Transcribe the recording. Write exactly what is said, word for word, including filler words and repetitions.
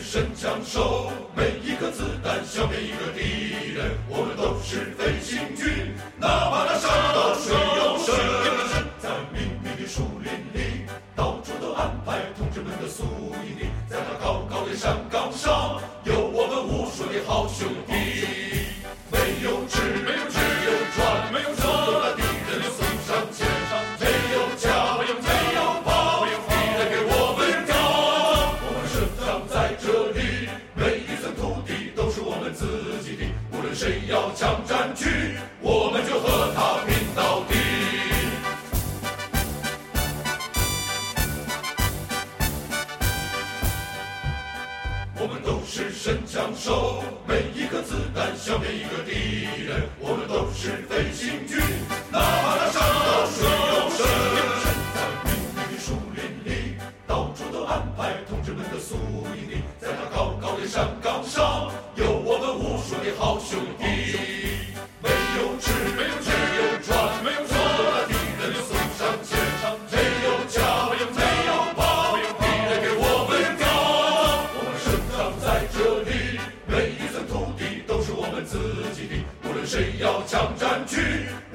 神枪手，每一颗子弹消灭一个敌人。我们都是飞行军，哪怕那山高水又深。在密密的树林里，到处都安排同志们的宿营地。在那高高的山岗上，有我们无数的好兄弟。没有吃，没有吃，没有穿，没有车，把敌人送上前。没有家，没有没有炮，敌人给我们打。我们生长在这里，每一寸土地都是我们自己的。无论谁要抢占据，我们就和他拼到底。我们都是神枪手，每一颗子弹消灭一个敌人。我们都是飞行军，哪怕那山高水又深。在密密的树林里，到处都安排同志们的宿营地。在那高高的山岗上，有我们无数的好兄弟。没有吃，没有吃，没有穿，没有车，把敌人送上前。没有家，没有没有炮，敌人给我们打。我们生长在这里，每一寸土地都是我们自己的。无论谁要抢占据，